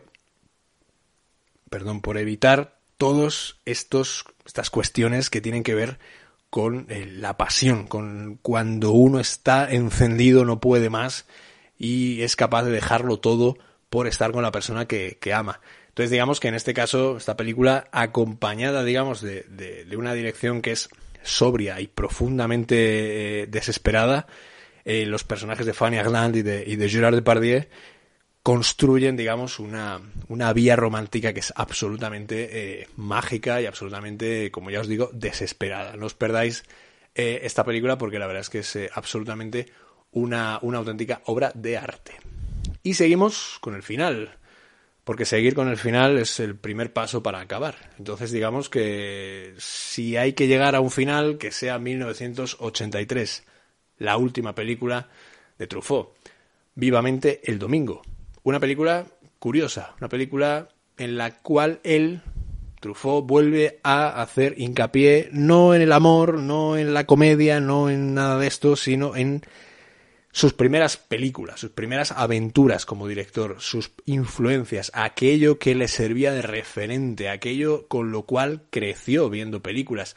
Speaker 1: evitar todos estas cuestiones que tienen que ver con la pasión, con cuando uno está encendido, no puede más y es capaz de dejarlo todo por estar con la persona que ama. Entonces digamos que en este caso esta película, acompañada digamos de una dirección que es sobria y profundamente desesperada, los personajes de Fanny Ardant y de Gerard Depardieu construyen, digamos, una vía romántica que es absolutamente mágica y absolutamente, como ya os digo, desesperada. No os perdáis esta película porque la verdad es que es absolutamente una auténtica obra de arte. Y seguimos con el final, porque seguir con el final es el primer paso para acabar. Entonces digamos que si hay que llegar a un final, que sea 1983, la última película de Truffaut, Vivamente el domingo. Una película curiosa, una película en la cual Truffaut, vuelve a hacer hincapié no en el amor, no en la comedia, no en nada de esto, sino en sus primeras películas, sus primeras aventuras como director, sus influencias, aquello que le servía de referente, aquello con lo cual creció viendo películas.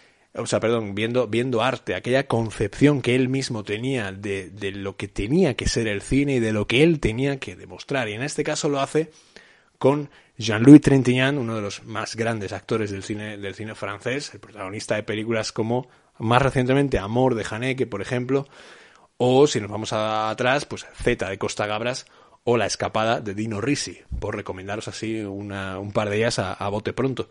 Speaker 1: Viendo arte, aquella concepción que él mismo tenía de lo que tenía que ser el cine y de lo que él tenía que demostrar. Y en este caso lo hace con Jean-Louis Trintignant, uno de los más grandes actores del cine francés, el protagonista de películas como, más recientemente, Amor de Haneke, por ejemplo, o si nos vamos atrás, pues Z de Costa Gabras o La escapada de Dino Risi, por recomendaros así un par de ellas a bote pronto.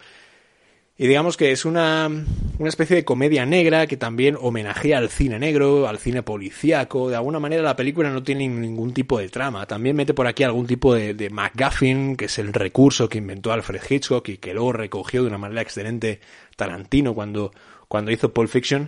Speaker 1: Y digamos que es una especie de comedia negra que también homenajea al cine negro, al cine policíaco. De alguna manera la película no tiene ningún tipo de trama. También mete por aquí algún tipo de MacGuffin, que es el recurso que inventó Alfred Hitchcock y que luego recogió de una manera excelente Tarantino cuando hizo Pulp Fiction.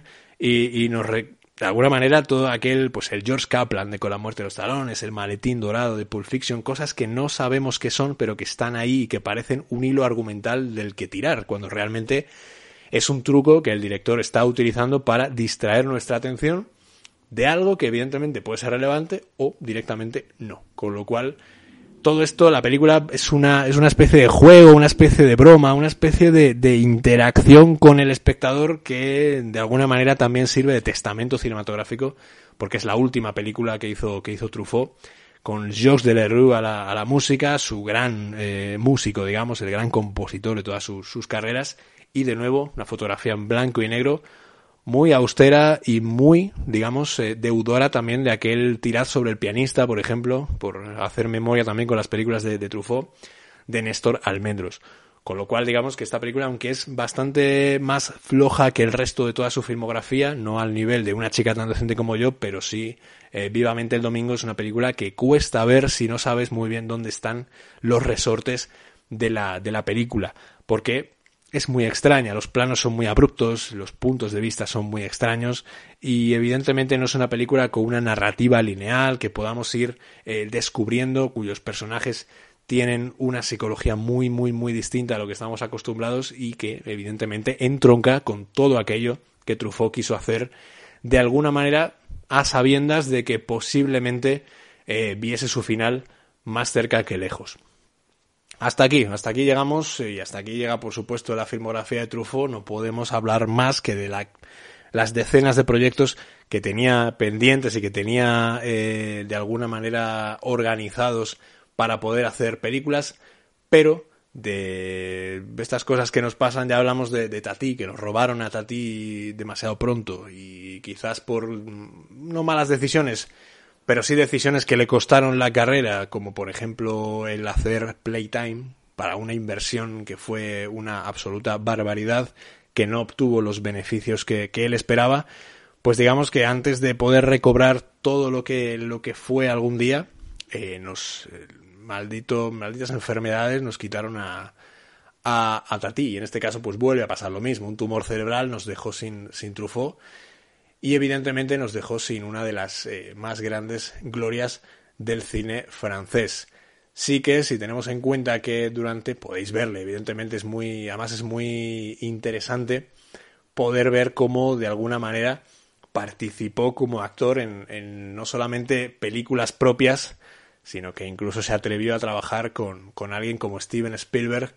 Speaker 1: Y de alguna manera todo aquel, pues el George Kaplan de Con la muerte de los talones, el maletín dorado de Pulp Fiction, cosas que no sabemos qué son, pero que están ahí y que parecen un hilo argumental del que tirar, cuando realmente es un truco que el director está utilizando para distraer nuestra atención de algo que evidentemente puede ser relevante o directamente no. Con lo cual, todo esto, la película es una especie de juego, una especie de broma, una especie de interacción con el espectador que de alguna manera también sirve de testamento cinematográfico, porque es la última película que hizo Truffaut, con Jacques Delerue a la música, su gran músico, digamos, el gran compositor de todas sus carreras, y de nuevo una fotografía en blanco y negro, muy austera y muy, digamos, deudora también de aquel tirad sobre el pianista, por ejemplo, por hacer memoria también con las películas de Truffaut, de Néstor Almendros. Con lo cual, digamos que esta película, aunque es bastante más floja que el resto de toda su filmografía, no al nivel de Una chica tan decente como yo, pero sí, Vivamente el domingo es una película que cuesta ver si no sabes muy bien dónde están los resortes de la película, porque es muy extraña, los planos son muy abruptos, los puntos de vista son muy extraños y evidentemente no es una película con una narrativa lineal que podamos ir descubriendo, cuyos personajes tienen una psicología muy, muy, muy distinta a lo que estamos acostumbrados y que evidentemente entronca con todo aquello que Truffaut quiso hacer de alguna manera a sabiendas de que posiblemente viese su final más cerca que lejos. Hasta aquí llegamos y hasta aquí llega por supuesto la filmografía de Truffaut. No podemos hablar más que de las decenas de proyectos que tenía pendientes y que tenía de alguna manera organizados para poder hacer películas, pero de estas cosas que nos pasan ya hablamos de Tati, que nos robaron a Tati demasiado pronto y quizás por no malas decisiones, pero sí decisiones que le costaron la carrera, como por ejemplo el hacer Playtime para una inversión que fue una absoluta barbaridad, que no obtuvo los beneficios que él esperaba. Pues digamos que antes de poder recobrar todo lo que fue algún día, malditas enfermedades nos quitaron a Tati, y en este caso pues vuelve a pasar lo mismo. Un tumor cerebral nos dejó sin Truffaut. Y evidentemente nos dejó sin una de las más grandes glorias del cine francés. Sí que si tenemos en cuenta que podéis verle, evidentemente es muy interesante poder ver cómo de alguna manera participó como actor en no solamente películas propias, sino que incluso se atrevió a trabajar con alguien como Steven Spielberg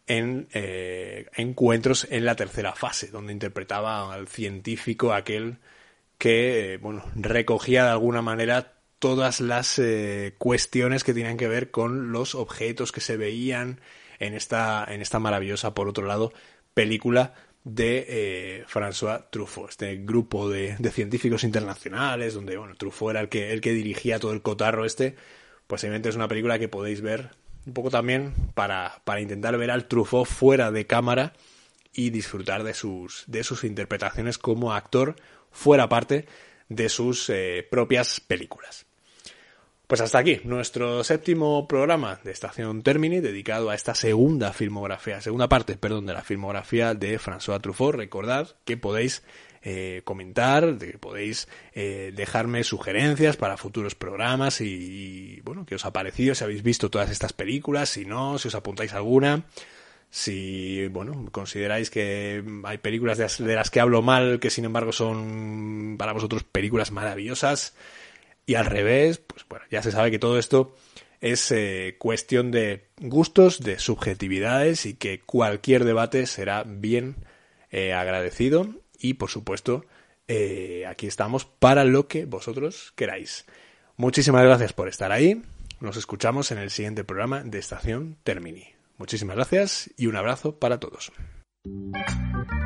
Speaker 1: en Encuentros en la tercera fase, donde interpretaba al científico aquel que, recogía de alguna manera todas las cuestiones que tenían que ver con los objetos que se veían en esta maravillosa, por otro lado, película de François Truffaut, este grupo de científicos internacionales, donde Truffaut era el que dirigía todo el cotarro este. Pues evidentemente es una película que podéis ver un poco también para intentar ver al Truffaut fuera de cámara y disfrutar de sus interpretaciones como actor fuera parte de sus propias películas. Pues hasta aquí nuestro séptimo programa de Estación Termini, dedicado a esta segunda parte de la filmografía de François Truffaut. Recordad que podéis comentar, que podéis dejarme sugerencias para futuros programas y qué os ha parecido, si habéis visto todas estas películas, si no, si os apuntáis alguna. Si, consideráis que hay películas de las que hablo mal, que sin embargo son para vosotros películas maravillosas, y al revés, pues ya se sabe que todo esto es cuestión de gustos, de subjetividades, y que cualquier debate será bien agradecido, y por supuesto aquí estamos para lo que vosotros queráis. Muchísimas gracias por estar ahí. Nos escuchamos en el siguiente programa de Estación Termini. Muchísimas gracias y un abrazo para todos.